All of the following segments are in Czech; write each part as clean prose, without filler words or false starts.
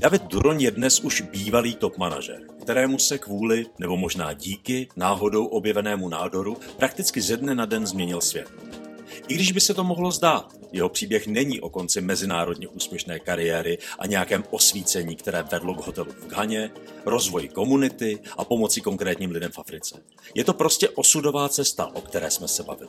David Duroň je dnes už bývalý top manažer, kterému se kvůli, nebo možná díky, náhodou objevenému nádoru prakticky ze dne na den změnil svět. I když by se to mohlo zdát, jeho příběh není o konci mezinárodně úspěšné kariéry a nějakém osvícení, které vedlo k hotelu v Ghaně, rozvoji komunity a pomoci konkrétním lidem v Africe. Je to prostě osudová cesta, o které jsme se bavili.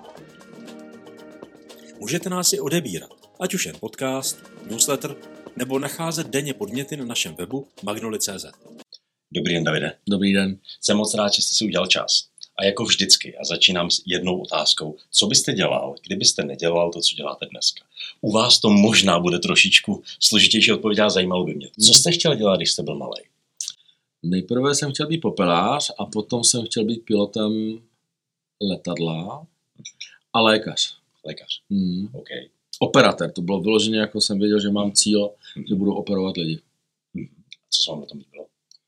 Můžete nás i odebírat, ať už jen podcast, newsletter, nebo nacházet denně podněty na našem webu magnoli.cz. Dobrý den, Davide. Dobrý den. Jsem moc rád, že jste si udělal čas. A jako vždycky, já začínám s jednou otázkou. Co byste dělal, kdybyste nedělal to, co děláte dneska? U vás to možná bude trošičku složitější odpověď, ale zajímalo by mě. Co jste chtěl dělat, když jste byl malej? Nejprve jsem chtěl být popelář a potom jsem chtěl být pilotem letadla a lékař. Lékař. OK. Operatér, to bylo vyloženě, jako jsem věděl, že mám cíl, že budu operovat lidi. Co se vám na tom líbilo?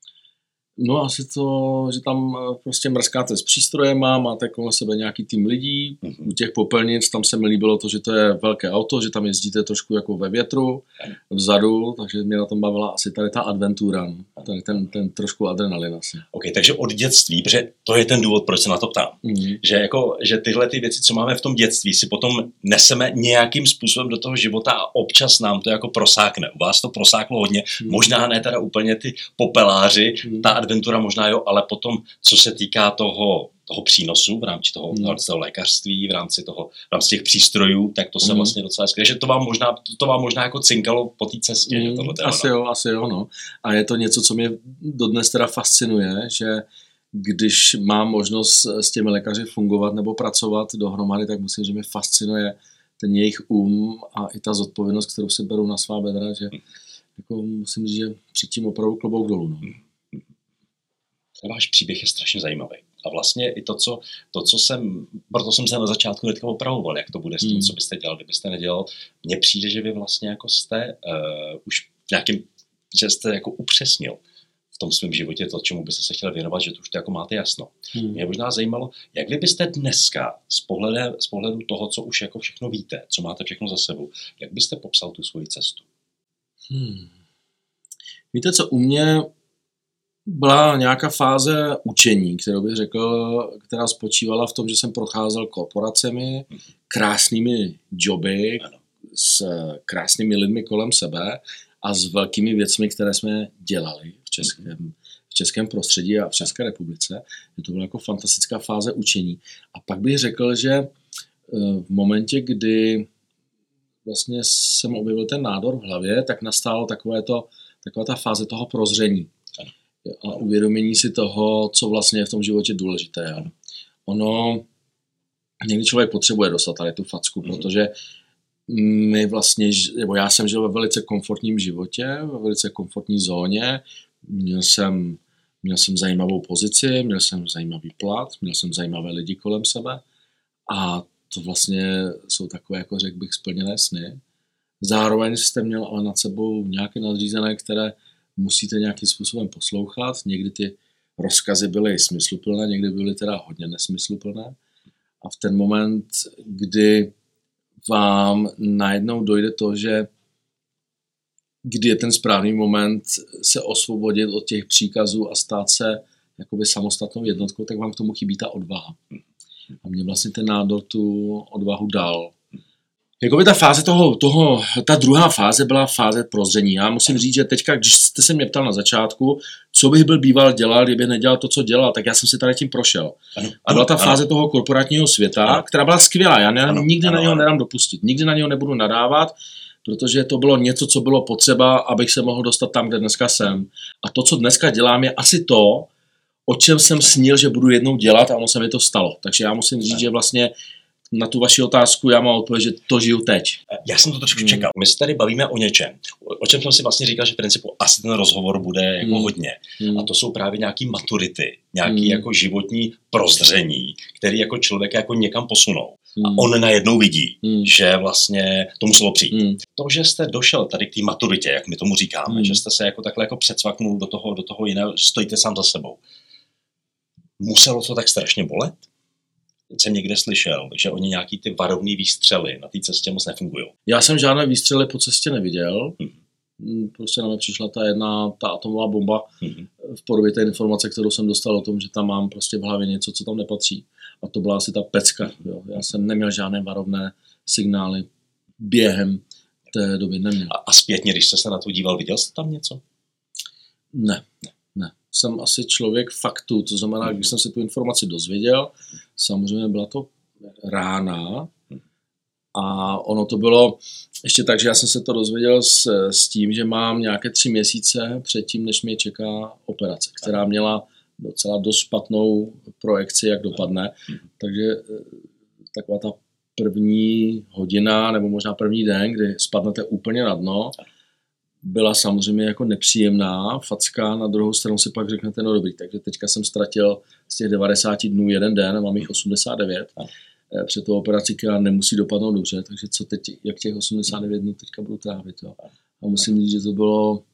No asi to, že tam prostě mrskáte s přístrojem, máte kolem sebe nějaký tým lidí, u těch popelnic tam se mi líbilo to, že to je velké auto, že tam jezdíte trošku jako ve větru, vzadu, takže mě na tom bavila asi tady ta adventura, tady ten trošku adrenalin asi. OK, takže od dětství, protože to je ten důvod, proč se na to ptám, že tyhle ty věci, co máme v tom dětství, si potom neseme nějakým způsobem do toho života a občas nám to jako prosákne. U vás to prosáklo hodně, možná ne teda úplně ty popeláři, ta adventura možná jo, ale potom, co se týká toho přínosu v rámci toho lékařství, v rámci těch přístrojů, tak to se vlastně docela skvěle, že to vám možná jako cinkalo po té cestě. Asi jo, no. A je to něco, co mě dodnes teda fascinuje, že když mám možnost s těmi lékaři fungovat nebo pracovat dohromady, tak musím, že mě fascinuje ten jejich a i ta zodpovědnost, kterou si berou na svá bedra, že jako musím říct, že předtím opravdu klobouk dolů. No. Váš příběh je strašně zajímavý. A vlastně i proto jsem se na začátku hnedka opravoval, jak to bude s tím, co byste dělal, kdybyste nedělal. Mně přijde, že vy vlastně jako jste už že jste jako upřesnil v tom svém životě to, čemu byste se chtěl věnovat, že to už to jako máte jasno. Mě možná zajímalo, jak kdybyste dneska z pohledu toho, co už jako všechno víte, co máte všechno za sebou, jak byste popsal tu svoji cestu? Víte co, u mě byla nějaká fáze učení, kterou bych řekl, která spočívala v tom, že jsem procházel korporacemi, krásnými joby, s krásnými lidmi kolem sebe a s velkými věcmi, které jsme dělali v českém prostředí a v České republice. To byla jako fantastická fáze učení. A pak bych řekl, že v momentě, kdy vlastně jsem objevil ten nádor v hlavě, tak nastala taková ta fáze toho prozření a uvědomění si toho, co vlastně je v tom životě důležité. Ono, někdy člověk potřebuje dostat tady tu facku, protože já jsem žil ve velice komfortním životě, ve velice komfortní zóně, měl jsem zajímavou pozici, měl jsem zajímavý plat, měl jsem zajímavé lidi kolem sebe a to vlastně jsou takové, jako řekl bych, splněné sny. Zároveň jste měl ale nad sebou nějaké nadřízené, které musíte nějakým způsobem poslouchat. Někdy ty rozkazy byly smysluplné, někdy byly teda hodně nesmysluplné. A v ten moment, kdy vám najednou dojde to, že kdy je ten správný moment se osvobodit od těch příkazů a stát se jakoby samostatnou jednotkou, tak vám k tomu chybí ta odvaha. A mě vlastně ten nádor tu odvahu dal. Jakoby ta fáze ta druhá fáze byla fáze prozření. Já musím říct, že teďka, když jste se mě ptal na začátku, co bych byl býval dělal, kdybych nedělal to, co dělal, tak já jsem si tady tím prošel. A byla ta fáze toho korporátního světa, která byla skvělá. Já nikdy na něho nedám dopustit. Nikdy na něho nebudu nadávat, protože to bylo něco, co bylo potřeba, abych se mohl dostat tam, kde dneska jsem. A to, co dneska dělám, je asi to, o čem jsem snil, že budu jednou dělat a ono se mi to stalo. Takže já musím říct, že vlastně na tu vaši otázku já mám odpověď, že to žiju teď. Já jsem to trošku čekal. My se tady bavíme o něčem, o čem jsem si vlastně říkal, že v principu asi ten rozhovor bude jako hodně. A to jsou právě nějaký maturity, nějaký jako životní prozření, který jako člověk jako někam posunou. A on najednou vidí, že vlastně to muselo přijít. To, že jste došel tady k té maturitě, jak my tomu říkáme, že jste se jako takhle jako předsvaknul do toho jiného, stojíte sám za sebou. Muselo to tak strašně bolet? Jsem někde slyšel, že oni nějaký ty varovný výstřely na té cestě moc nefungují. Já jsem žádné výstřely po cestě neviděl. prostě na mě přišla ta atomová bomba v podobě té informace, kterou jsem dostal o tom, že tam mám prostě v hlavě něco, co tam nepatří. A to byla asi ta pecka. Jo. Já jsem neměl žádné varovné signály během té doby. Neměl. A zpětně, když jste se na to díval, viděl jste tam něco? Ne. Jsem asi člověk faktu, to znamená, když jsem si tu informaci dozvěděl, samozřejmě byla to rána a ono to bylo ještě tak, že já jsem se to dozvěděl s tím, že mám nějaké 3 měsíce předtím, než mě čeká operace, která měla docela dost špatnou projekci, jak dopadne. Takže taková ta první hodina nebo možná první den, kdy spadnete úplně na dno, byla samozřejmě jako nepříjemná facka, na druhou stranu si pak řeknete, no dobrý, takže teďka jsem ztratil z těch 90 dnů 1 den, mám jich 89 před tou operací, která nemusí dopadnout dobře, takže co teď, jak těch 89 dnů teďka budu trávit. Jo. A musím říct, že to bylo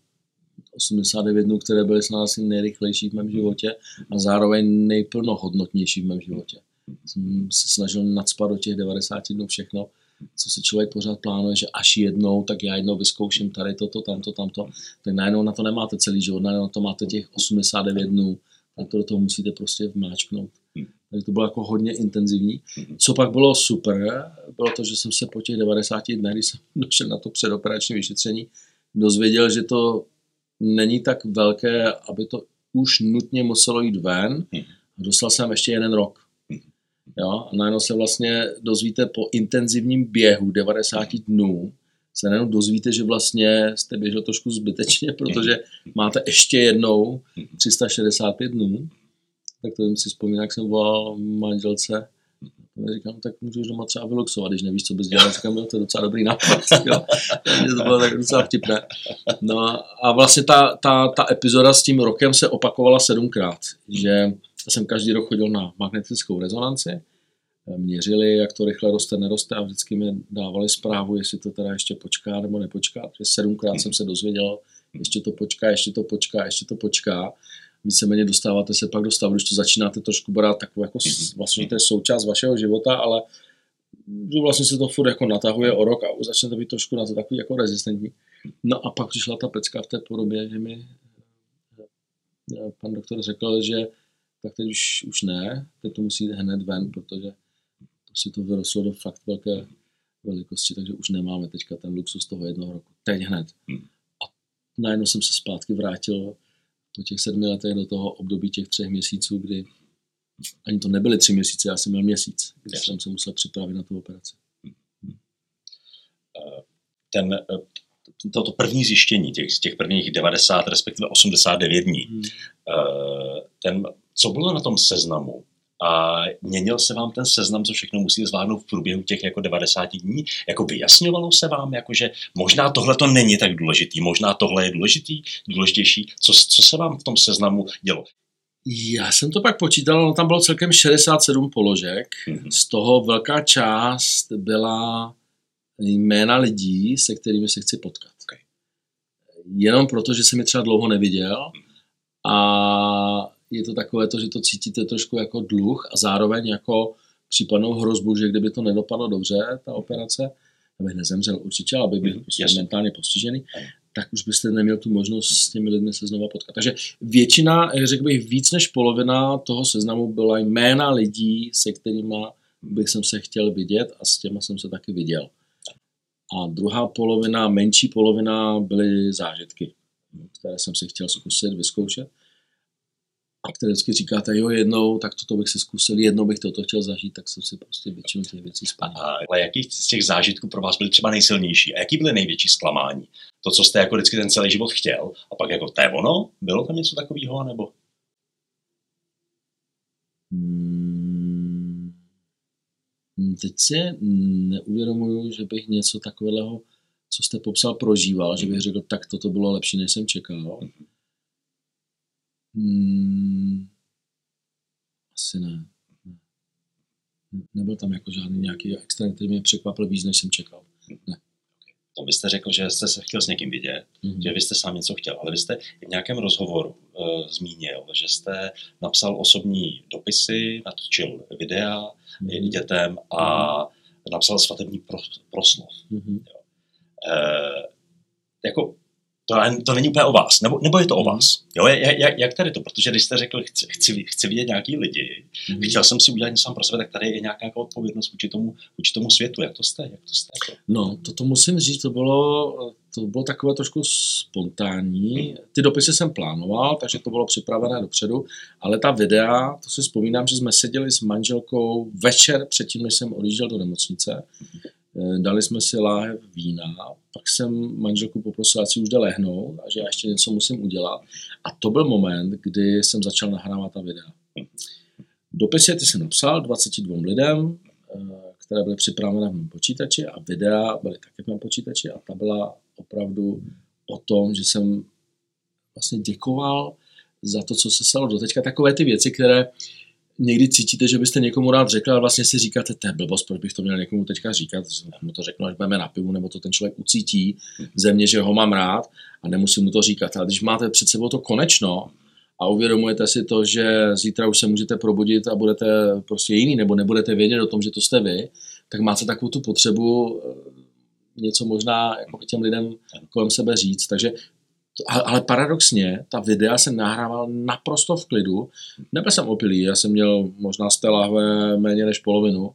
89 dnů, které byly snad asi nejrychlejší v mém životě a zároveň nejplnohodnotnější v mém životě. Jsem se snažil nacpat do těch 90 dnů všechno, co si člověk pořád plánuje, že až jednou, tak já jednou vyzkouším tady toto, tamto, tak najednou na to nemáte celý život, najednou na to máte těch 89 dnů, tak to do toho musíte prostě vmáčknout. Takže to bylo jako hodně intenzivní. Co pak bylo super, bylo to, že jsem se po těch 90 dnech, když jsem došel na to předoperační vyšetření, dozvěděl, že to není tak velké, aby to už nutně muselo jít ven. Dostal jsem ještě 1 rok. Jo? A najednou se vlastně dozvíte po intenzivním běhu 90 dnů, se najednou dozvíte, že vlastně jste běžel trošku zbytečně, protože máte ještě jednou 365 dnů. Tak to si vzpomínám, jak jsem volal manželce. A říkám, tak můžeš doma třeba vyluxovat, když nevíš, co bys dělal. Říkám, to je docela dobrý nápad. Takže to bylo tak docela vtipné. No a vlastně ta epizoda s tím rokem se opakovala 7krát. Že jsem každý rok chodil na magnetickou rezonanci, měřili, jak to rychle roste, neroste a vždycky mi dávali zprávu, jestli to teda ještě počká nebo nepočká. Takže 7krát jsem se dozvěděl, ještě to počká. Víceméně dostáváte se pak do stavu, když to začínáte trošku brát takovou jako vlastně, že to je součást vašeho života, ale že vlastně se to furt jako natahuje o rok a už začnete být trošku na to takový jako rezistentní. No a pak přišla ta pecka v té podobě, že mi pan doktor řekl, že tak teď už ne, teď to musí jít hned ven, protože si to vyrostlo do fakt velké velikosti, takže už nemáme teďka ten luxus toho 1 roku. Teď hned. A najednou jsem se zpátky vrátil po těch 7 letech do toho období těch 3 měsíců, kdy ani to nebyly 3 měsíce, já jsem měl měsíc, kdy jsem se musel připravit na tu operaci. Toto první zjištění, těch prvních 90, respektive 89 dní, co bylo na tom seznamu? A měnil se vám ten seznam, co všechno musíte zvládnout v průběhu těch jako 90 dní? Jako vyjasňovalo se vám, jakože možná tohle to není tak důležitý, možná tohle je důležitější. Co se vám v tom seznamu dělo? Já jsem to pak počítal, no tam bylo celkem 67 položek, z toho velká část byla jména lidí, se kterými se chci potkat. Okay. Jenom proto, že jsem je třeba dlouho neviděl a je to takové to, že to cítíte trošku jako dluh a zároveň jako případnou hrozbu, že kdyby to nedopadlo dobře, ta operace, abych nezemřel určitě, ale aby byl prostě mentálně postižený, tak už byste neměl tu možnost s těmi lidmi se znova potkat. Takže většina, řekl bych, víc než polovina toho seznamu byla jména lidí, se kterými bych jsem se chtěl vidět a s těma jsem se taky viděl. A druhá polovina, menší polovina byly zážitky, které jsem si chtěl zkusit, vyzkoušet. A které vždycky říkáte, jo, jednou, tak toto bych si zkusil, jednou bych toto chtěl zažít, tak jsem si prostě většinu těch věcí splnil. Ale jaký z těch zážitků pro vás byly třeba nejsilnější? A jaký byly největší zklamání? To, co jste jako vždycky ten celý život chtěl, a pak jako to je ono? Bylo tam něco takového, nebo? Teď si neuvědomuju, že bych něco takového, co jste popsal, prožíval, že bych řekl, tak toto bylo lepší, než jsem čekal. Asi ne. Nebyl tam jako žádný nějaký extrém, který mě překvapil víc, než jsem čekal. Ne. To byste řekl, že jste se chtěl s někým vidět, že vy jste sám něco chtěl, ale vy jste v nějakém rozhovoru zmínil, že jste napsal osobní dopisy, natočil videa dětem a napsal svatební proslov. Jako To není úplně o vás, nebo je to o vás? Jo, jak tady to? Protože když jste řekl, chci vidět nějaký lidi, chtěl jsem si udělat něco sám pro sebe, tak tady je nějaká odpovědnost vůči tomu světu. Jak to jste? No, to musím říct, to bylo takové trošku spontánní. Ty dopisy jsem plánoval, takže to bylo připravené dopředu, ale ta videa, to si vzpomínám, že jsme seděli s manželkou večer předtím, než jsem odjížděl do nemocnice. Dali jsme si láhev vína, pak jsem manželku poprosil, ať si už jde lehnout a že já ještě něco musím udělat. A to byl moment, kdy jsem začal nahrávat ta videa. Dopisy ty jsem napsal 22 lidem, které byly připravené v mém počítači a videa byly taky v mém počítači a ta byla opravdu o tom, že jsem vlastně děkoval za to, co se stalo doteďka. Takové ty věci, které někdy cítíte, že byste někomu rád řekl, ale vlastně si říkáte, to je blbost, proč bych to měl někomu teďka říkat, mu to řeknu, až budeme na pivu, nebo to ten člověk ucítí ze mě, že ho mám rád a nemusím mu to říkat. Ale když máte před sebou to konečno a uvědomujete si to, že zítra už se můžete probudit a budete prostě jiný, nebo nebudete vědět o tom, že to jste vy, tak máte takovou tu potřebu něco možná jako těm lidem kolem sebe říct. Takže ale paradoxně, ta videa jsem nahrával naprosto v klidu. Nebyl jsem opilý, já jsem měl možná z té lahve méně než polovinu.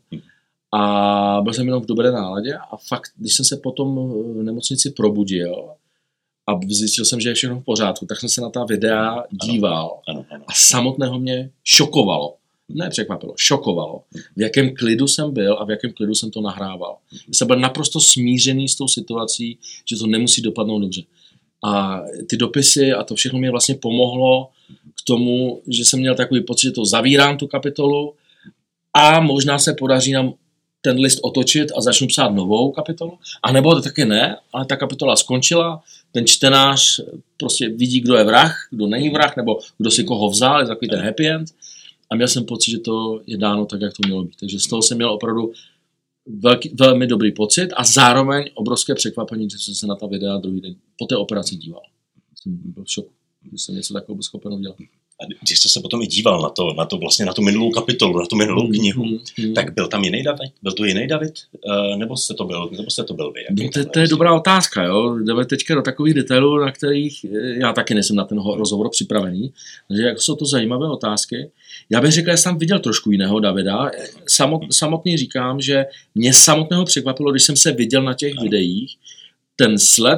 A byl jsem jenom v dobré náladě a fakt, když jsem se potom v nemocnici probudil a zjistil jsem, že je všechno v pořádku, tak jsem se na ta videa díval a samotného mě šokovalo. Ne překvapilo, šokovalo, v jakém klidu jsem byl a v jakém klidu jsem to nahrával. Jsem byl naprosto smířený s tou situací, že to nemusí dopadnout dobře. A ty dopisy a to všechno mě vlastně pomohlo k tomu, že jsem měl takový pocit, že to zavírám tu kapitolu a možná se podaří nám ten list otočit a začnu psát novou kapitolu. A nebo to taky ne, ale ta kapitola skončila, ten čtenář prostě vidí, kdo je vrah, kdo není vrah, nebo kdo si koho vzal, je takový ten happy end. A měl jsem pocit, že to je dáno tak, jak to mělo být. Takže z toho jsem měl opravdu velmi dobrý pocit a zároveň obrovské překvapení, že jsem se na ta videa druhý den po té operaci díval. Jsem byl v šoku, že jsem něco takového byl schopen udělat. A když jste se potom i díval na tu minulou kapitolu, na tu minulou knihu, tak byl tam jiný David? Byl to jiný David? Nebo jste to byl vy? To je dobrá otázka, jo. Jdeme teďka do takových detailů, na kterých já taky nejsem na ten rozhovor připravený. Takže jako jsou to zajímavé otázky. Já bych řekl, že jsem viděl trošku jiného Davida. Samotně říkám, že mě samotného překvapilo, když jsem se viděl na těch videích, ten sled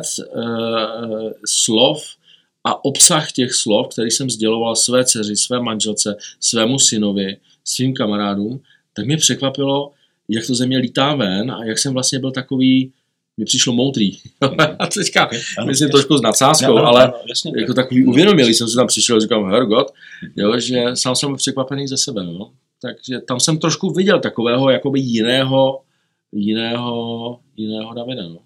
slov a obsah těch slov, který jsem sděloval své dceři, své manželce, svému synovi, svým kamarádům, tak mě překvapilo, jak to ze mě lítá ven a jak jsem vlastně byl takový, mi přišlo moudrý. A teďka, myslím trošku s nadsázkou, ale jako takový uvědomilý jsem se tam přišel, říkám, hergot, jo, že sám jsem byl překvapený ze sebe. Jo. Takže tam jsem trošku viděl takového jakoby jiného Davida. Jo.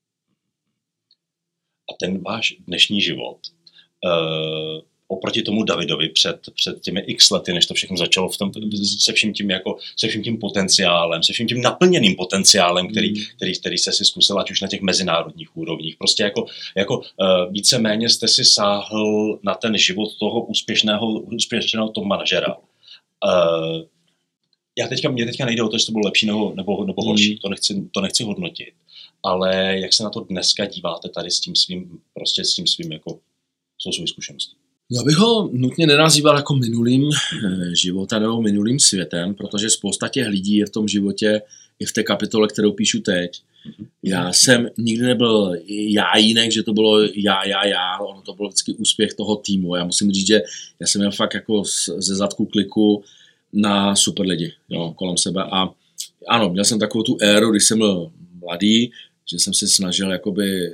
A ten váš dnešní život, oproti tomu Davidovi před těmi x lety, než to všechno začalo se vším tím potenciálem, se vším tím naplněným potenciálem, který jste si zkusil, ať už na těch mezinárodních úrovních. Prostě jako víceméně jste si sáhl na ten život toho úspěšného top manažera. Mě teďka nejde o to, jestli to bylo lepší nebo horší, to nechci hodnotit. Ale jak se na to dneska díváte tady s tím svým jako jsou svou zkušeností? Já bych ho nutně nenazýval jako minulým životem nebo minulým světem, protože spousta těch lidí je v tom životě i v té kapitole, kterou píšu teď. Já jsem nikdy nebyl jinak, že to bylo já, ono to bylo vždycky úspěch toho týmu. Já musím říct, že já jsem měl fakt jako ze zadku kliku na super lidi, jo, kolem sebe. A ano, měl jsem takovou tu éru, když jsem byl mladý, že jsem se snažil jakoby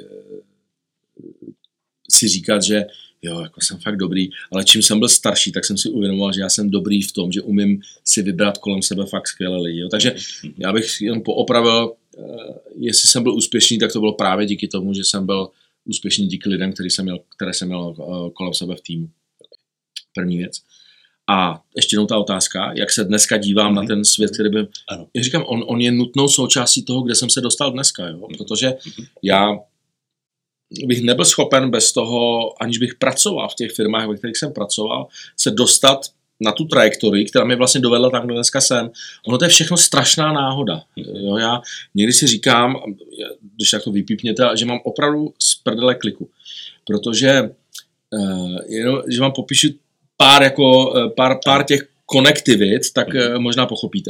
si říkat, že jo, jako jsem fakt dobrý, ale čím jsem byl starší, tak jsem si uvědomoval, že já jsem dobrý v tom, že umím si vybrat kolem sebe fakt skvělé lidi. Jo. Takže já bych jenom poopravil, jestli jsem byl úspěšný, tak to bylo právě díky tomu, že jsem byl úspěšný díky lidem, které jsem měl kolem sebe v týmu. První věc. A ještě jednou ta otázka, jak se dneska dívám na ten svět, který by... Ano. Já říkám, on je nutnou součástí toho, kde jsem se dostal dneska, jo? Protože já bych nebyl schopen bez toho, aniž bych pracoval v těch firmách, ve kterých jsem pracoval, se dostat na tu trajektorii, která mě vlastně dovedla tam, kde dneska jsem. Ono to je všechno strašná náhoda. Jo? Já někdy si říkám, když tak to vypípněte, že mám opravdu z prdele kliku. protože že vám popíšu pár těch konektivit, tak možná pochopíte.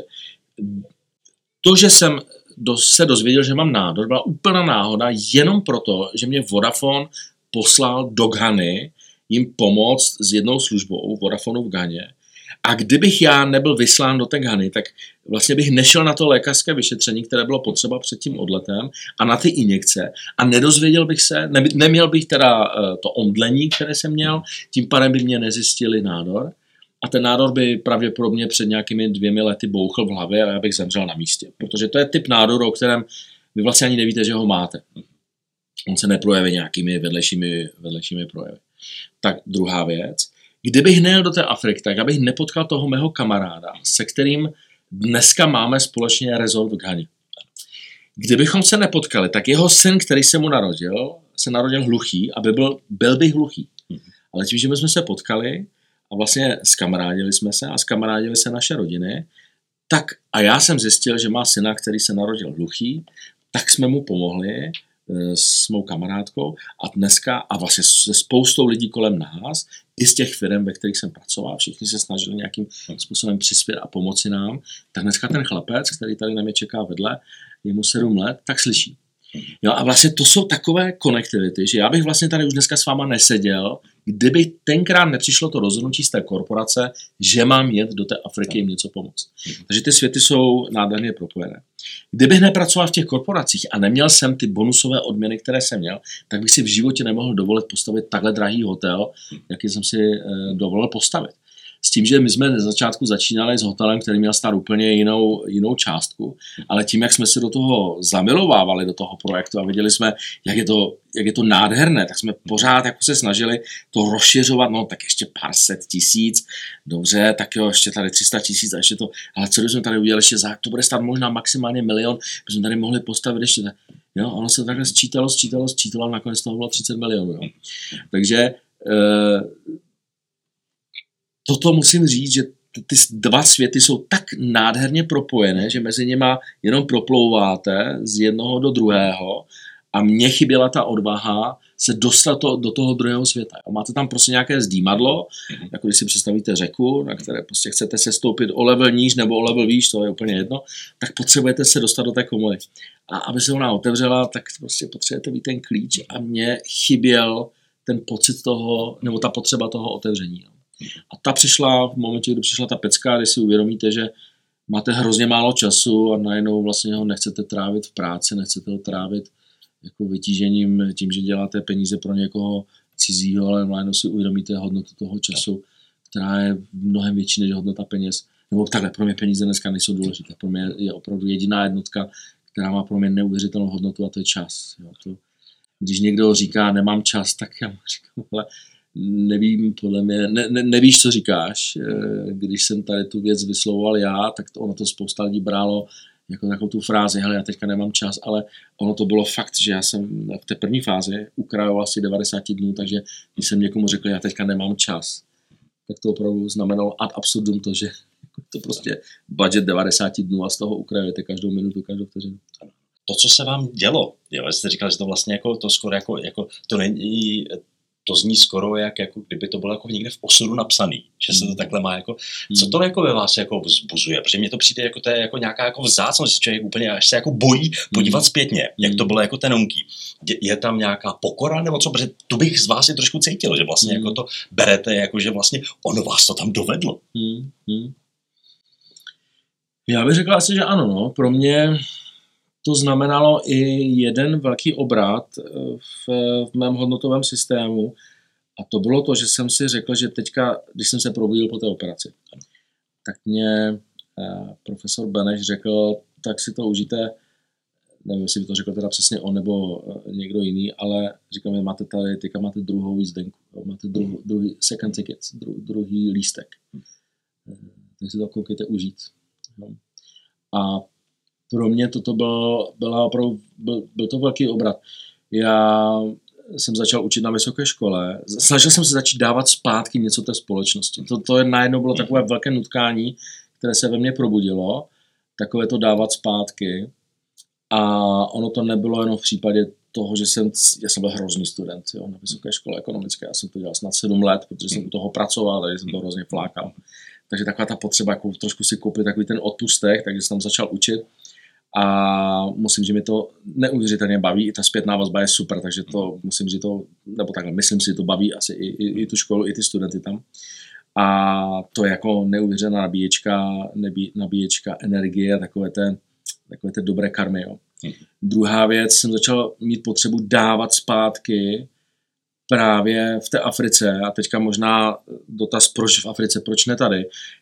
To, že jsem se dozvěděl, že mám nádor, byla úplná náhoda jenom proto, že mě Vodafone poslal do Ghany jim pomoct s jednou službou Vodafonu v Ghaně. A kdybych já nebyl vyslán do té Ghany, tak vlastně bych nešel na to lékařské vyšetření, které bylo potřeba před tím odletem a na ty injekce a nedozvěděl bych se, neměl bych teda to omdlení, které jsem měl, tím pádem by mě nezjistili nádor a ten nádor by pravděpodobně před nějakými 2 lety bouchl v hlavě a já bych zemřel na místě, protože to je typ nádoru, o kterém vy vlastně ani nevíte, že ho máte. On se neprojeví nějakými vedlejšími projevy. Tak druhá věc. Kdybych nejel do té Afriky, tak abych nepotkal toho mého kamaráda, se kterým dneska máme společně rezort v Ghaně. Kdybychom se nepotkali, tak jeho syn, který se mu narodil, se narodil hluchý a byl bych hluchý. Ale tím, že my jsme se potkali a vlastně skamarádili se naše rodiny, tak a já jsem zjistil, že má syna, který se narodil hluchý, tak jsme mu pomohli s mou kamarádkou a dneska a vlastně se spoustou lidí kolem nás, i z těch firm, ve kterých jsem pracoval, všichni se snažili nějakým způsobem přispět a pomoci nám, tak dneska ten chlapec, který tady na mě čeká vedle, je mu 7 let, tak slyší. Jo, a vlastně to jsou takové konektivity, že já bych vlastně tady už dneska s váma neseděl, kdyby tenkrát nepřišlo to rozhodnutí z té korporace, že mám jet do té Afriky jim něco pomoct. Takže ty světy jsou nádherně propojené. Kdybych nepracoval v těch korporacích a neměl jsem ty bonusové odměny, které jsem měl, tak bych si v životě nemohl dovolit postavit takhle drahý hotel, jaký jsem si dovolil postavit. S tím, že my jsme na začátku začínali s hotelem, který měl stát úplně jinou částku, ale tím, jak jsme se do toho zamilovávali, do toho projektu a viděli jsme, jak je to nádherné, tak jsme pořád jako se snažili to rozšiřovat, no tak ještě pár set tisíc, dobře, tak jo, ještě tady 300 000 a ještě to, ale co jsme tady udělali ještě to bude stát možná maximálně 1 000 000, bychom tady mohli postavit ještě, jo, ono se takhle sčítalo a nakonec toho bylo 30 milionů, jo. Takže toto musím říct, že ty 2 světy jsou tak nádherně propojené, že mezi nima jenom proplouváte z jednoho do druhého a mně chyběla ta odvaha se dostat do toho druhého světa. Máte tam prostě nějaké zdýmadlo, jako když si představíte řeku, na které prostě chcete se stoupit o level níž nebo o level výš, to je úplně jedno, tak potřebujete se dostat do té komory. A aby se ona otevřela, tak prostě potřebujete mít ten klíč a mně chyběl ten pocit toho, nebo ta potřeba toho otevření. A ta přišla v momentě, kdy přišla ta pecka, kdy si uvědomíte, že máte hrozně málo času a najednou vlastně ho nechcete trávit v práci, nechcete ho trávit jako vytížením tím, že děláte peníze pro někoho cizího, ale najednou si uvědomíte hodnotu toho času, která je mnohem větší než hodnota peněz. Nebo takhle, pro mě peníze dneska nejsou důležité. Pro mě je opravdu jediná jednotka, která má pro mě neuvěřitelnou hodnotu a to je čas. Jo, když někdo říká, nemám čas, tak já mu říkám, ale nevím, podle mě, nevíš, co říkáš. Když jsem tady tu věc vyslovoval já, tak ono to spousta lidí brálo jako takovou tu frázi, hele, já teďka nemám čas, ale ono to bylo fakt, že já jsem v té první fázi ukrajoval asi 90 dnů, takže když jsem někomu řekl, já teďka nemám čas, tak to opravdu znamenalo ad absurdum to, že to prostě budget 90 dnů a z toho ukrajujete každou minutu, každou vteřinu. To, co se vám dělo, jo, jste říkal, že to vlastně jako, to skoro jako to není, to zní skoro jako kdyby to bylo jako někde v osudu napsaný, že se to takhle má jako, co to jako ve vás jako vzbuzuje, protože mně to přijde jako to je jako nějaká jako vzácnost, že člověk úplně až se jako bojí podívat zpětně, jak to bylo jako tenonký. Je tam nějaká pokora nebo co, protože tu bych z vás je trošku cítil, že vlastně jako to berete, jako že vlastně ono vás to tam dovedlo. Já bych řekl asi, že ano, no. Pro mě to znamenalo i jeden velký obrat v mém hodnotovém systému a to bylo to, že jsem si řekl, že teďka, když jsem se probudil po té operaci, tak mě profesor Beneš řekl, tak si to užijte, nevím, jestli by to řekl teda přesně on nebo někdo jiný, ale říkal mi, máte tady, teďka máte druhou jízdenku, máte druhý second ticket, druhý lístek, tak si to koukejte užít. A pro mě toto byl to velký obrat. Já jsem začal učit na vysoké škole. Snažil jsem se začít dávat zpátky něco té společnosti. To najednou bylo takové velké nutkání, které se ve mně probudilo. Takové to dávat zpátky. A ono to nebylo jenom v případě toho, že já jsem byl hrozný student, jo, na vysoké škole ekonomické. Já jsem to dělal snad 7 let, protože jsem u toho pracoval, takže jsem to hrozně flákal. Takže taková ta potřeba, jako trošku si koupit takový ten odpustek, takže jsem tam začal učit. A musím, že mi to neuvěřitelně baví, i ta zpětná vazba je super, takže to musím, že to, nebo takhle, myslím si, že to baví asi i tu školu, i ty studenty tam. A to je jako neuvěřená nabíječka energie, takové té dobré karmy. Jo. Druhá věc, jsem začal mít potřebu dávat zpátky právě v té Africe, a teďka možná dotaz, proč v Africe, proč ne tady.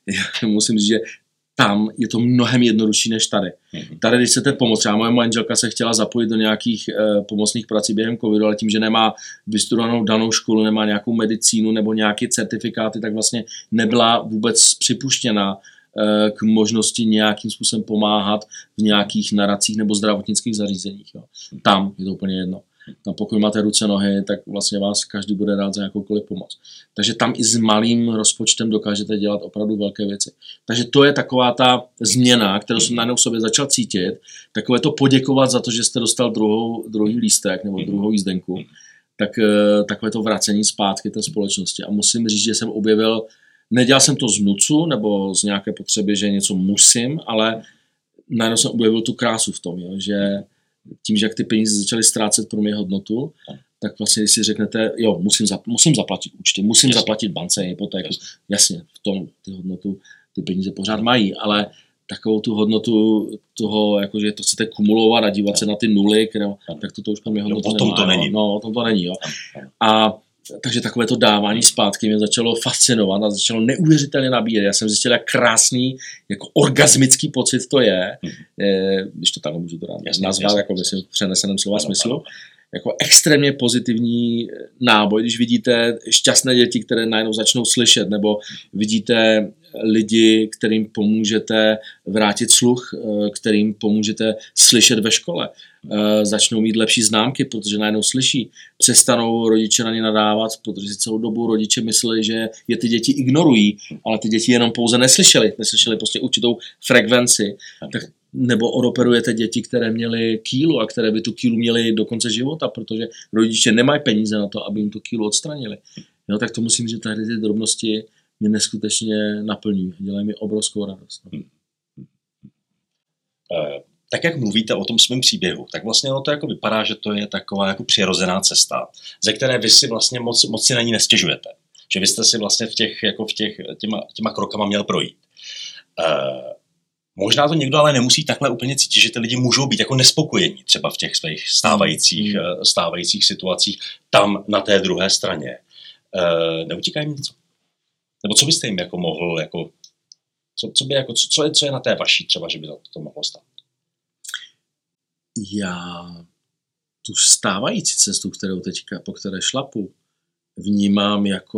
Musím říct, že tam je to mnohem jednodušší než tady. Tady, když chcete pomoct, třeba moje manželka se chtěla zapojit do nějakých pomocných prací během covidu, ale tím, že nemá vystudovanou danou školu, nemá nějakou medicínu nebo nějaké certifikáty, tak vlastně nebyla vůbec připuštěna k možnosti nějakým způsobem pomáhat v nějakých naracích nebo zdravotnických zařízeních. Jo. Tam je to úplně jedno. Tam pokud máte ruce, nohy, tak vlastně vás každý bude rád za jakoukoliv pomoc. Takže tam i s malým rozpočtem dokážete dělat opravdu velké věci. Takže to je taková ta změna, kterou jsem najednou v sobě začal cítit. Takové to poděkovat za to, že jste dostal druhý lístek nebo druhou jízdenku. Tak takové to vracení zpátky té společnosti. A musím říct, že jsem objevil, nedělal jsem to z nucu nebo z nějaké potřeby, že něco musím, ale najednou jsem objevil tu krásu v tom, jo, že tím, že jak ty peníze začaly ztrácet pro mě hodnotu, tak vlastně, když si řeknete, jo, musím zaplatit účty, musím zaplatit bance, hypotéku, jasně, v tom ty hodnotu ty peníze pořád mají, ale takovou tu hodnotu toho, jakože to chcete kumulovat a dívat se na ty nuly, tak to už pro mě hodnotu nemá. To není. No, o tom to není, jo. A takže takové to dávání zpátky mě začalo fascinovat a začalo neuvěřitelně nabíjet. Já jsem zjistil, jak krásný, jako orgasmický pocit to je, když to tak můžu to nazvat, jako myslím v přeneseném slova smyslu, jako extrémně pozitivní náboj, když vidíte šťastné děti, které najednou začnou slyšet, nebo vidíte lidi, kterým pomůžete vrátit sluch, kterým pomůžete slyšet ve škole. Začnou mít lepší známky, protože najednou slyší. Přestanou rodiče na ně nadávat, protože si celou dobu rodiče mysleli, že je ty děti ignorují, ale ty děti jenom pouze neslyšeli prostě určitou frekvenci. Tak nebo odoperujete děti, které měly kýlu a které by tu kýlu měly do konce života, protože rodiče nemají peníze na to, aby jim tu kýlu odstranili. Jo, tak to musím říct, že tady ty drobnosti mě neskutečně naplňují. Dělají mi obrovskou radost. Tak jak mluvíte o tom svém příběhu, tak vlastně ono to jako vypadá, že to je taková jako přirozená cesta, ze které vy si vlastně moc si na ní nestěžujete. Že vy jste si vlastně těma krokama měl projít. Možná to někdo ale nemusí takhle úplně cítit, že ty lidi můžou být jako nespokojení třeba v těch svých stávajících situacích tam na té druhé straně. Neutíká jim něco? Nebo co byste jim jako mohl, jako, co je na té vaší třeba, že by to mohlo stát? Já tu stávající cestu, po které šlapu, vnímám jako,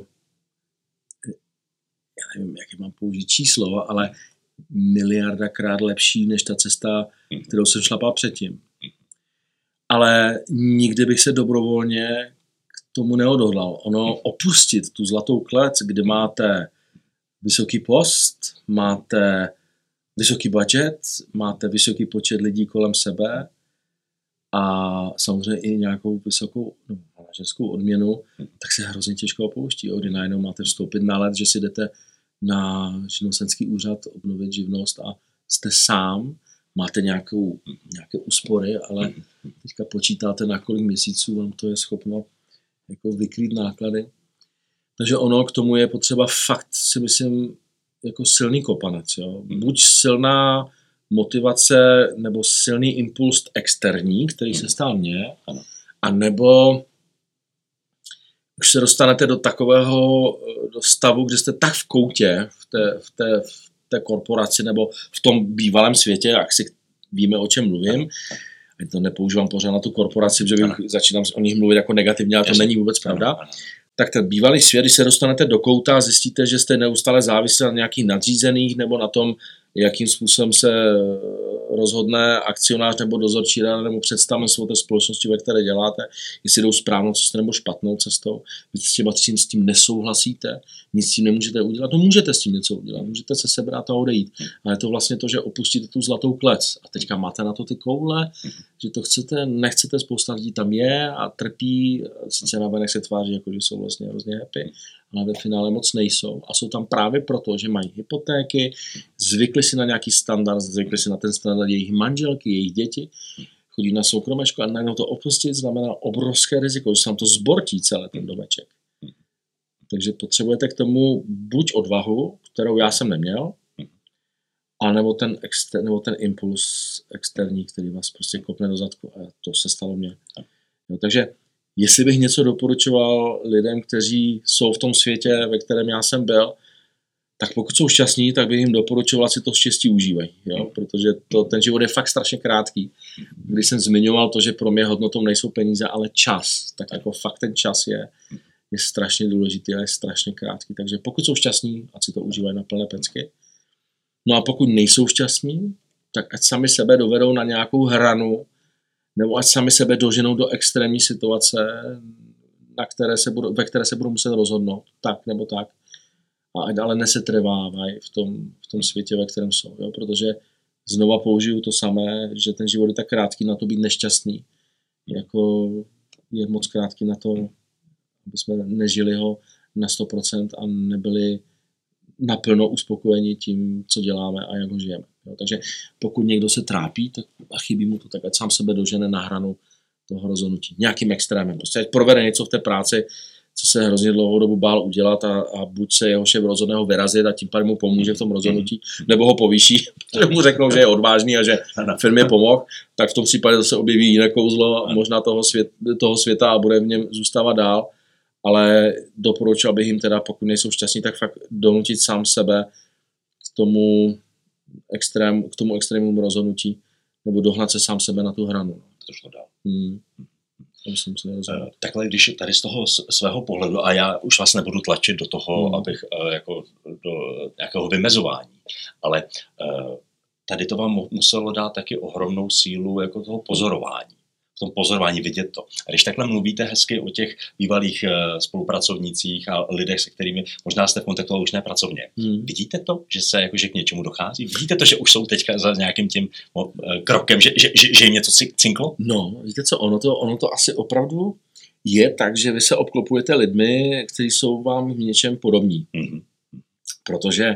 já nevím, jaké mám použít číslo, ale miliardakrát lepší než ta cesta, kterou jsem šlapal předtím. Ale nikdy bych se dobrovolně k tomu neodhodlal. Ono opustit tu zlatou klec, kde máte vysoký post, máte vysoký budget, máte vysoký počet lidí kolem sebe a samozřejmě i nějakou vysokou manažerskou odměnu, tak se hrozně těžko opouští. Kdy najednou máte vstoupit na let, že si jdete na živnostenský úřad obnovit živnost a jste sám, máte nějaké úspory, ale teďka počítáte, na kolik měsíců vám to je schopno jako vykrýt náklady. Takže ono k tomu je potřeba fakt, si myslím, jako silný kopanec. Jo? Buď silná motivace nebo silný impuls externí, který se stal mně, a nebo už se dostanete do takového stavu, kde jste tak v koutě v té korporaci nebo v tom bývalém světě, jak si víme, o čem mluvím. A to nepoužívám pořád na tu korporaci, protože začínám o nich mluvit jako negativně, ale to není vůbec pravda. Tak ten bývalý svět, když se dostanete do kouta a zjistíte, že jste neustále závislí na nějakých nadřízených nebo na tom, jakým způsobem se rozhodne akcionář nebo dozorčí rada nebo představenstvo té společnosti, ve které děláte, jestli jdou správnou cestou nebo špatnou cestou. Vy s tím nesouhlasíte, nic s tím nemůžete udělat. No můžete s tím něco udělat, můžete se sebrat a odejít. Ale je to vlastně to, že opustíte tu zlatou klec. A teďka máte na to ty koule, že to chcete, nechcete, spousta lidí tam je a trpí, sice navenek se tváří, jako že jsou vlastně hrozně happy, ale ve finále moc nejsou. A jsou tam právě proto, že mají hypotéky, zvykli si na nějaký standard, zvykli si na ten standard jejich manželky, jejich děti, chodí na soukromé školy a najednou to opustit znamená obrovské riziko, že se tam to zbortí celé ten domeček. Takže potřebujete k tomu buď odvahu, kterou já jsem neměl, anebo ten impuls externí, který vás prostě kopne do zadku. A to se stalo mně. No, takže jestli bych něco doporučoval lidem, kteří jsou v tom světě, ve kterém já jsem byl, tak pokud jsou šťastní, tak bych jim doporučoval, si to štěstí užívají. Jo? Protože ten život je fakt strašně krátký. Když jsem zmiňoval to, že pro mě hodnotou nejsou peníze, ale čas, tak jako fakt ten čas je strašně důležitý a je strašně krátký. Takže pokud jsou šťastní, ať si to užívají na plné pecky. No a pokud nejsou šťastní, tak ať sami sebe dovedou na nějakou hranu, nebo ať sami sebe doženou do extrémní situace, ve které se budou muset rozhodnout, tak nebo tak. A ať ale nesetrvávají v tom světě, ve kterém jsou. Jo? Protože znova použiju to samé, že ten život je tak krátký na to být nešťastný. Jako je moc krátký na to, aby jsme nežili ho na 100% a nebyli naplno uspokojeni tím, co děláme a jak ho žijeme. Jo? Takže pokud někdo se trápí a chybí mu to, tak ať sám sebe dožene na hranu toho rozhodnutí. Nějakým extrémem. Prostě ať provede něco v té práci, co se hrozně dlouhou dobu bál udělat a buď se jeho šéf rozhodne ho vyrazit a tím pádem mu pomůže v tom rozhodnutí, nebo ho povýší, že mu řeknou, že je odvážný a že firmě pomohl, tak v tom případě zase objeví jiné kouzlo možná toho světa a bude v něm zůstávat dál. Ale doporučil bych jim teda, pokud nejsou šťastní, tak fakt donutit sám sebe k tomu extrémnímu rozhodnutí, nebo dohnat se sám sebe na tu hranu. To šlo dál. Takhle, když tady z toho svého pohledu, a já už vás nebudu tlačit do toho, abych jako do nějakého vymezování, ale tady to vám muselo dát taky ohromnou sílu jako toho pozorování. V tom pozorování vidět to. A když takhle mluvíte hezky o těch bývalých spolupracovnících a lidech, se kterými možná jste v kontaktu už ne pracovně, vidíte to, že k něčemu dochází? Vidíte to, že už jsou teďka za nějakým tím krokem, že jim něco cinklo? No, víte co, ono to asi opravdu je tak, že vy se obklopujete lidmi, kteří jsou vám v něčem podobní. Protože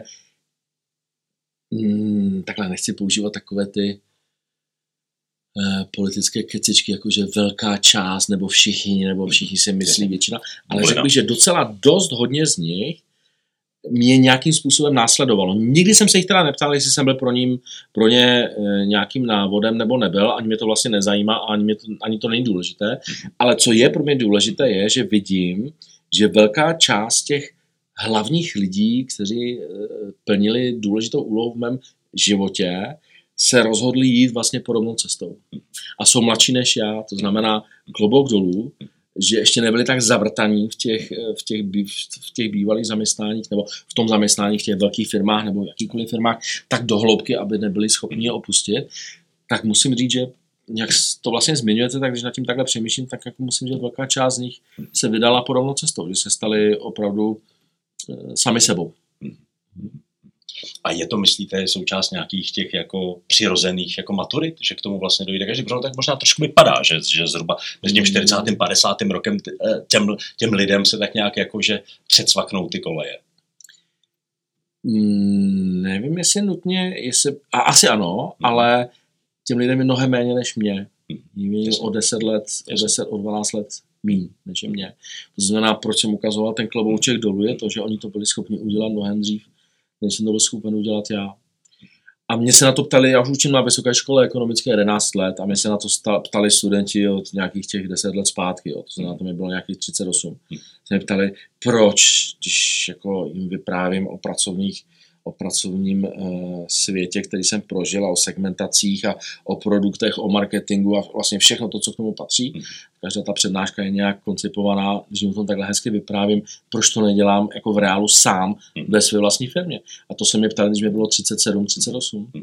takhle nechci používat takové ty politické kecičky, jakože velká část, nebo všichni si myslí většina, ale řekl bych, že docela dost hodně z nich mě nějakým způsobem následovalo. Nikdy jsem se jich teda neptal, jestli jsem byl pro ně nějakým návodem nebo nebyl, ani mě to vlastně nezajímá, ani to není důležité, ale co je pro mě důležité je, že vidím, že velká část těch hlavních lidí, kteří plnili důležitou úlohu v mém životě, se rozhodli jít vlastně podobnou cestou. A jsou mladší než já, to znamená klobouk dolů, že ještě nebyli tak zavrtaní v těch bývalých zaměstnáních nebo v tom zaměstnání v těch velkých firmách nebo jakýkoliv firmách tak do hloubky, aby nebyli schopni je opustit. Tak musím říct, že jak to vlastně zmiňujete, tak když nad tím takhle přemýšlím, tak jako musím říct, že velká část z nich se vydala podobnou cestou, že se stali opravdu sami sebou. A je to, myslíte, součást nějakých těch jako přirozených jako maturit, že k tomu vlastně dojde každý, protože tak možná trošku vypadá, že zhruba mezi tím 40. 50. rokem těm lidem se tak nějak jako, že předsvaknou ty koleje. Nevím, jestli nutně, asi ano, ale těm lidem je mnohem méně než mě. O 10 let, o 12 let míň než je mě. To znamená, proč jsem ukazoval ten klobouček dolů, je to, že oni to byli schopni udělat mnohem dřív, než jsem to byl schopen udělat já. A mě se na to ptali, já už učím na vysoké škole ekonomické 11 let a mě se na to ptali studenti od nějakých těch 10 let zpátky, to znamená, to mi bylo nějakých 38. Se mě ptali, proč, když jako jim vyprávím o pracovním světě, který jsem prožil a o segmentacích a o produktech, o marketingu a vlastně všechno to, co k tomu patří. Každá ta přednáška je nějak koncipovaná, když mu to takhle hezky vyprávím, proč to nedělám jako v reálu sám ve své vlastní firmě. A to se mě ptali, když mi bylo 37, 38.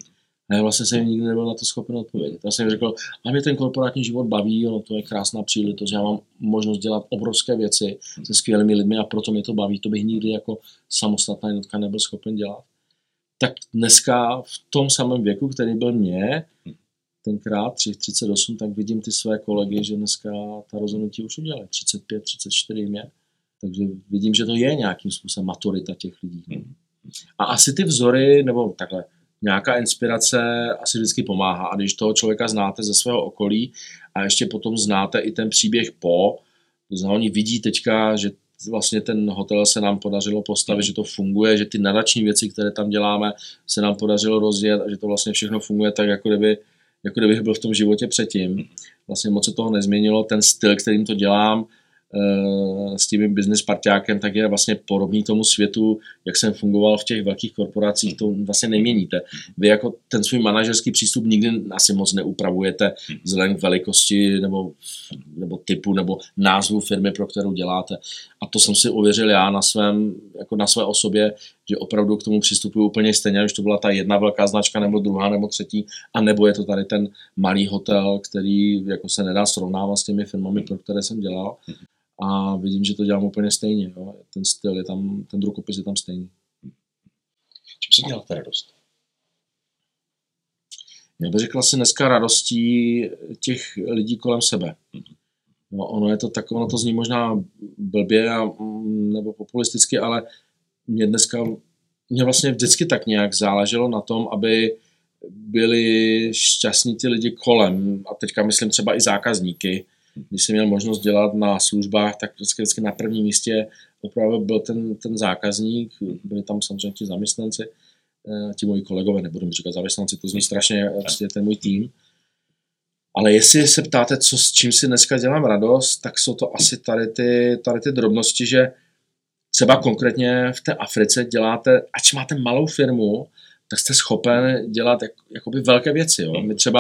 A já vlastně jsem nikdy nebyl na to schopen odpovědět. Já jsem řekl, a mě ten korporátní život baví, ono to je krásná příležitost, já mám možnost dělat obrovské věci se skvělými lidmi a proto mě to baví, to bych nikdy jako samostatná jednotka nebyl schopen dělat. Tak dneska v tom samém věku, který byl mě, tenkrát 38, tak vidím ty své kolegy, že dneska ta rozhodnutí už udělají. 35, 34 jim je. Takže vidím, že to je nějakým způsobem maturita těch lidí. A asi ty vzory, nebo takhle, nějaká inspirace asi vždycky pomáhá. A když toho člověka znáte ze svého okolí a ještě potom znáte i ten příběh to znamená, oni vidí teďka, že vlastně ten hotel se nám podařilo postavit, že to funguje, že ty nadační věci, které tam děláme, se nám podařilo rozjet a že to vlastně všechno funguje tak, jako kdybych byl v tom životě předtím. Vlastně moc se toho nezměnilo, ten styl, kterým to dělám, s tím business parťákem, tak je vlastně podobný tomu světu, jak jsem fungoval v těch velkých korporacích, to vlastně neměníte. Vy jako ten svůj manažerský přístup nikdy asi moc neupravujete vzhledem k velikosti nebo typu nebo názvu firmy, pro kterou děláte. A to jsem si ověřil já na své osobě, že opravdu k tomu přistupuju úplně stejně, když to byla ta jedna velká značka, nebo druhá, nebo třetí, a nebo je to tady ten malý hotel, který jako se nedá srovnávat s těmi firmami, pro které jsem dělal. A vidím, že to dělám úplně stejně. Jo. Ten styl je tam, ten rukopis je tam stejný. Čím si děláte radost? Já bych řekl asi dneska radostí těch lidí kolem sebe. No, ono to zní možná blbě nebo populisticky, ale mě vlastně vždycky tak nějak záleželo na tom, aby byli šťastní ty lidi kolem. A teďka myslím třeba i zákazníky. Když jsem měl možnost dělat na službách, tak vždycky na prvním místě opravdu byl ten zákazník, byli tam samozřejmě ti zaměstnanci, ti moji kolegové, nebudu mi říkat zaměstnanci, to zní strašně, prostě ten můj tým. Ale jestli se ptáte, s čím si dneska dělám radost, tak jsou to asi tady ty drobnosti, že třeba konkrétně v té Africe děláte, ač máte malou firmu, tak jste schopen dělat jakoby velké věci. Jo?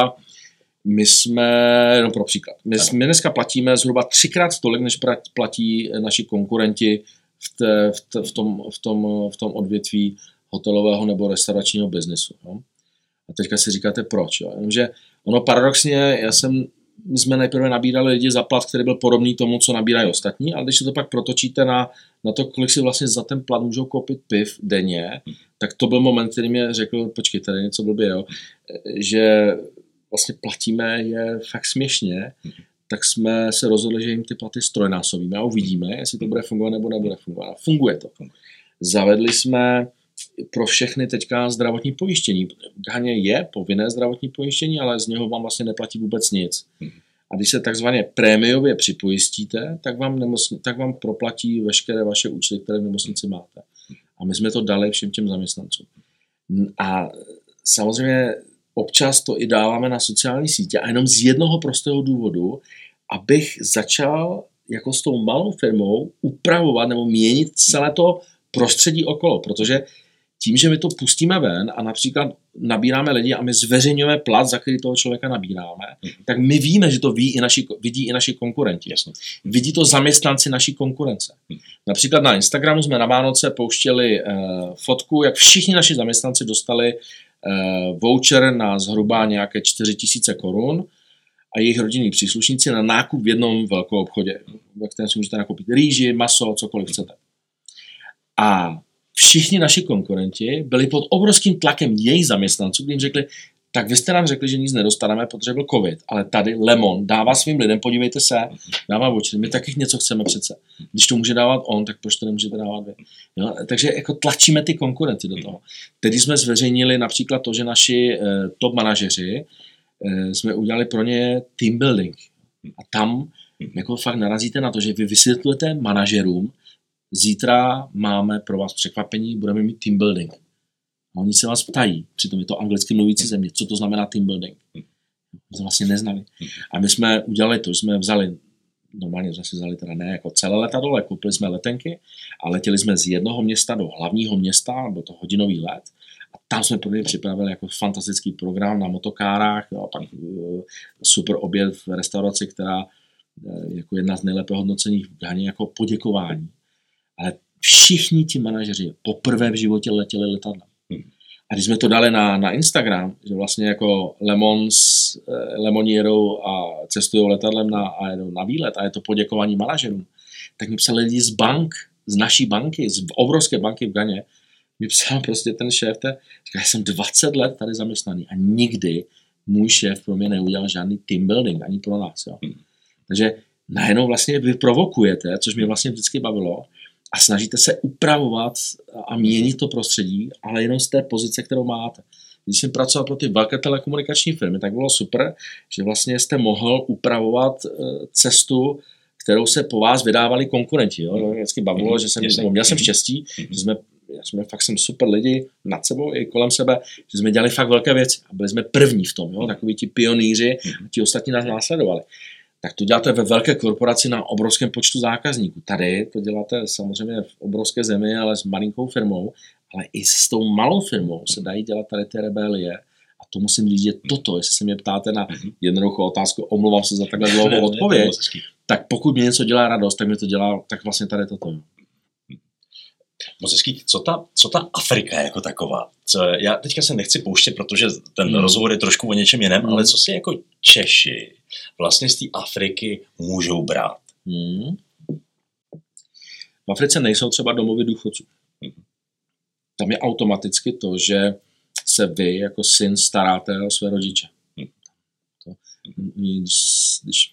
My jsme, jenom pro příklad, my dneska platíme zhruba 3x tolik, než platí naši konkurenti v tom odvětví hotelového nebo restauračního biznesu. Jo? A teďka si říkáte proč. Jo? Jenomže ono paradoxně, my jsme nejprve nabírali lidi za plat, který byl podobný tomu, co nabírají ostatní, ale když se to pak protočíte na to, kolik si vlastně za ten plat můžou koupit piv denně, tak to byl moment, který mi řekl, počkej, tady něco blbě, jo? Že vlastně platíme je fakt směšně, tak jsme se rozhodli, že jim ty platy strojnásobíme a uvidíme, jestli to bude fungovat nebo nebude fungovat. A funguje to. Zavedli jsme pro všechny teďka zdravotní pojištění. V Ghaně je povinné zdravotní pojištění, ale z něho vám vlastně neplatí vůbec nic. A když se takzvaně prémiově připojistíte, tak vám proplatí veškeré vaše účty, které v nemocnici máte. A my jsme to dali všem těm zaměstnancům. A samozřejmě občas to i dáváme na sociální sítě a jenom z jednoho prostého důvodu, abych začal jako s tou malou firmou upravovat nebo měnit celé to prostředí okolo, protože tím, že my to pustíme ven a například nabíráme lidi a my zveřejňujeme plat, za který toho člověka nabíráme, tak my víme, že to vidí i naši konkurenti. Jasně. Vidí to zaměstnanci naší konkurence. Například na Instagramu jsme na Vánoce pouštěli fotku, jak všichni naši zaměstnanci dostali voucher na zhruba nějaké 4 000 korun a jejich rodinní příslušníci na nákup v jednom velkou obchodě, ve kterém si můžete nakoupit rýži, maso, cokoliv chcete. A všichni naši konkurenti byli pod obrovským tlakem jejich zaměstnanců, kdy jim řekli, tak vy jste nám řekli, že nic nedostaneme, protože byl covid, ale tady Lemon dává svým lidem, podívejte se, dává voucher, my taky něco chceme přece. Když to může dávat on, tak proč to nemůžete dávat vy? Jo? Takže jako tlačíme ty konkurenty do toho. Teď jsme zveřejnili například to, že naši top manažeři jsme udělali pro ně team building. A tam jako fakt narazíte na to, že vy vysvětlujete manažerům, zítra máme pro vás překvapení, budeme mít team building. A oni se vás ptají, přitom je to anglicky mluvící země, co to znamená team building. To vlastně neznali. A my jsme udělali to, jsme normálně jsme si vzali teda ne jako celé letadlo, ale koupili jsme letenky a letěli jsme z jednoho města do hlavního města, byl to hodinový let. A tam jsme pro ně připravili jako fantastický program na motokárách, a pak super oběd v restauraci, která jako jedna z nejlépe hodnocených v Ghaně jako poděkování. Ale všichni ti manažeři poprvé v životě letěli letadlem. A když jsme to dali na Instagram, že vlastně jako Lemoni jedou a cestují letadlem a jedou na výlet a je to poděkování manažerům, tak mi psali lidi z naší banky, z obrovské banky v Ghaně, mi psal prostě ten šéf, říká, já jsem 20 let tady zaměstnaný a nikdy můj šéf pro mě neudělal žádný team building, ani pro nás. Jo. Takže najednou vlastně vy provokujete, což mě vlastně vždycky bavilo, a snažíte se upravovat a měnit to prostředí, ale jenom z té pozice, kterou máte. Když jsem pracoval pro ty velké telekomunikační firmy, tak bylo super, že vlastně jste mohl upravovat cestu, kterou se po vás vydávali konkurenti. Jo. Vždycky bavilo, že měl jsem štěstí, že jsme fakt super lidi nad sebou i kolem sebe, že jsme dělali fakt velké věci a byli jsme první v tom, jo. Takoví ti pionýři, ti ostatní nás následovali. Tak to děláte ve velké korporaci na obrovském počtu zákazníků. Tady to děláte samozřejmě v obrovské zemi, ale s malinkou firmou, ale i s tou malou firmou se dají dělat tady ty rebelie. A to musím říct, že toto, jestli se mě ptáte na jednoduchou otázku, omlouvám se za takhle dlouhou odpověď, tak pokud mě něco dělá radost, tak mě to dělá tak vlastně tady toto. Moc hezký. Co ta Afrika jako taková? Já teďka se nechci pouštět, protože ten rozhovor je trošku o něčem jiném, ale co si jako Češi vlastně z té Afriky můžou brát? V Africe nejsou třeba domovy důchodců. Tam je automaticky to, že se vy jako syn staráte o své rodiče. Když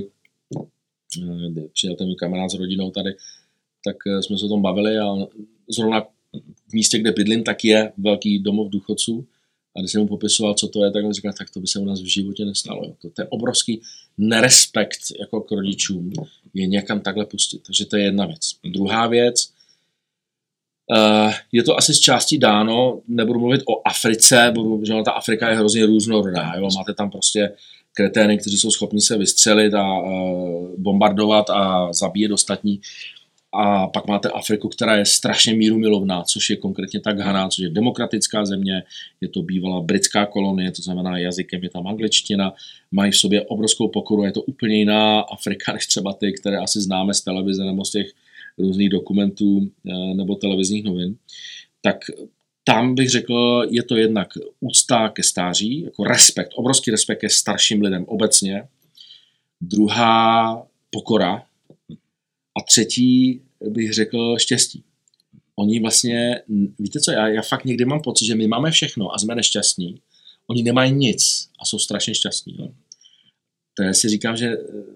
přijel ten kamarád s rodinou tady, tak jsme se o tom bavili a zrovna v místě, kde bydlím, tak je velký domov důchodců. A když jsem mu popisoval, co to je, tak on říkal, tak to by se u nás v životě nestalo. To je obrovský nerespekt jako k rodičům je někam takhle pustit. Takže to je jedna věc. Druhá věc, je to asi z části dáno, nebudu mluvit o Africe, protože ta Afrika je hrozně různorodá. Jo? Máte tam prostě kretény, kteří jsou schopni se vystřelit a bombardovat a zabíjet ostatní. A pak máte Afriku, která je strašně mírumilovná, což je konkrétně ta Ghana, což je demokratická země, je to bývalá britská kolonie, to znamená jazykem je tam angličtina, mají v sobě obrovskou pokoru, je to úplně jiná Afrika, než třeba ty, které asi známe z televize nebo z těch různých dokumentů nebo televizních novin. Tak tam bych řekl, je to jednak úcta ke stáří, jako respekt, obrovský respekt ke starším lidem obecně. Druhá pokora. A třetí bych řekl štěstí. Oni vlastně, víte co, já fakt někdy mám pocit, že my máme všechno a jsme nešťastní. Oni nemají nic a jsou strašně šťastní. No. To já si říkám, že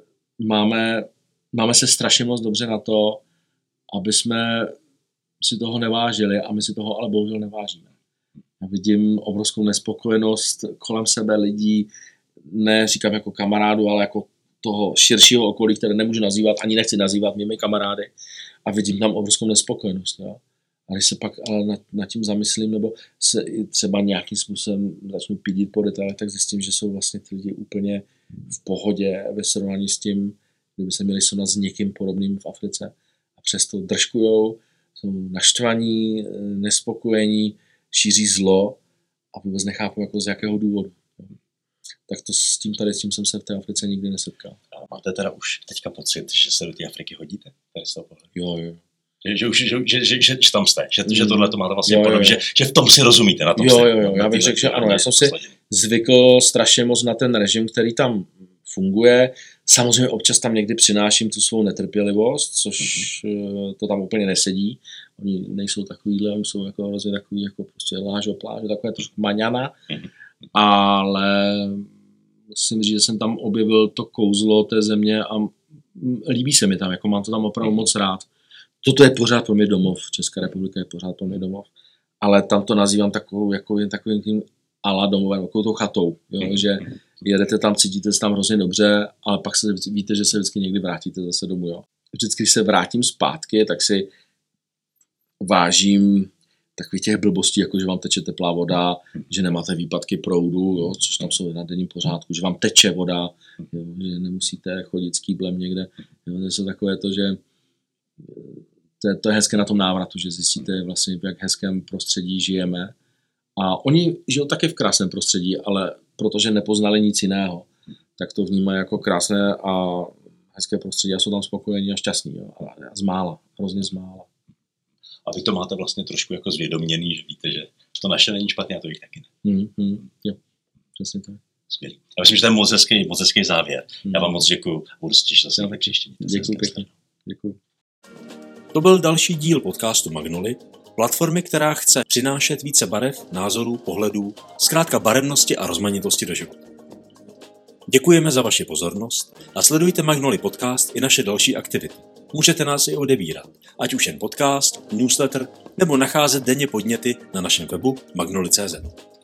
máme se strašně moc dobře na to, aby jsme si toho nevážili a my si toho ale bohužel nevážíme. Já vidím obrovskou nespokojenost kolem sebe lidí, ne říkám jako kamarádu, ale jako toho širšího okolí, které nemůžu nazývat, ani nechci nazývat mými kamarády a vidím tam obrovskou nespokojenost. Jo? A když se pak ale nad tím zamyslím, nebo se třeba nějakým způsobem začnu pídit po detailech, tak zjistím, že jsou vlastně ty lidi úplně v pohodě ve srovnání s tím, kdyby se měli srovnat s někým podobným v Africe. A přesto držkujou, jsou naštvaní, nespokojení, šíří zlo a vůbec nechápu, jako z jakého důvodu. Tak to s tím jsem se v té Africe nikdy nesetkal. A máte teda už teďka pocit, že se do té Afriky hodíte? Tady z toho pohledu. Jo. Že tam jste, že tohle to máte vlastně podobně, že v tom si rozumíte. Na tom jo. Já bych řekl, že ano. Já jsem si zvykl strašně moc na ten režim, který tam funguje. Samozřejmě občas tam někdy přináším tu svou netrpělivost, což to tam úplně nesedí. Oni nejsou takovýhle, oni jsou jako hrozně takový, jako prostě lážo, plážo, takové trošku maňana. Ale musím říct, že jsem tam objevil to kouzlo té země a líbí se mi tam, jako mám to tam opravdu moc rád. Toto je pořád pro mě domov, Česká republika je pořád pro mě domov, ale tam to nazývám takovým ala domovem, takovou tou chatou, jo, že jedete tam, cítíte se tam hrozně dobře, ale pak víte, že se vždycky někdy vrátíte zase domů. Jo. Vždycky, když se vrátím zpátky, tak si vážím takových těch blbostí, jako že vám teče teplá voda, že nemáte výpadky proudu, jo, což tam jsou na denním pořádku, že vám teče voda, jo, že nemusíte chodit s kýblem někde. Jo, to je takové to, že to je hezké na tom návratu, že zjistíte vlastně, v jak hezkém prostředí žijeme. A oni žijou taky v krásném prostředí, ale protože nepoznali nic jiného, tak to vnímají jako krásné a hezké prostředí a jsou tam spokojení a šťastní. Jo, a zmála, hrozně zmála. A vy to máte vlastně trošku jako zvědoměný, že víte, že v to naše není špatné a to jich taky ne. Jo, přesně tak. Skvělý. Já myslím, že to je moc hezký závěr. Já vám moc děkuju. Budu se těšit zase na příště. Děkuju pěkně. Děkuju. To byl další díl podcastu Magnoli, platformy, která chce přinášet více barev, názorů, pohledů, zkrátka barevnosti a rozmanitosti do života. Děkujeme za vaši pozornost a sledujte Magnoli podcast i naše další aktivity. Můžete nás i odebírat, ať už jen podcast, newsletter, nebo nacházet denně podněty na našem webu magnoli.cz.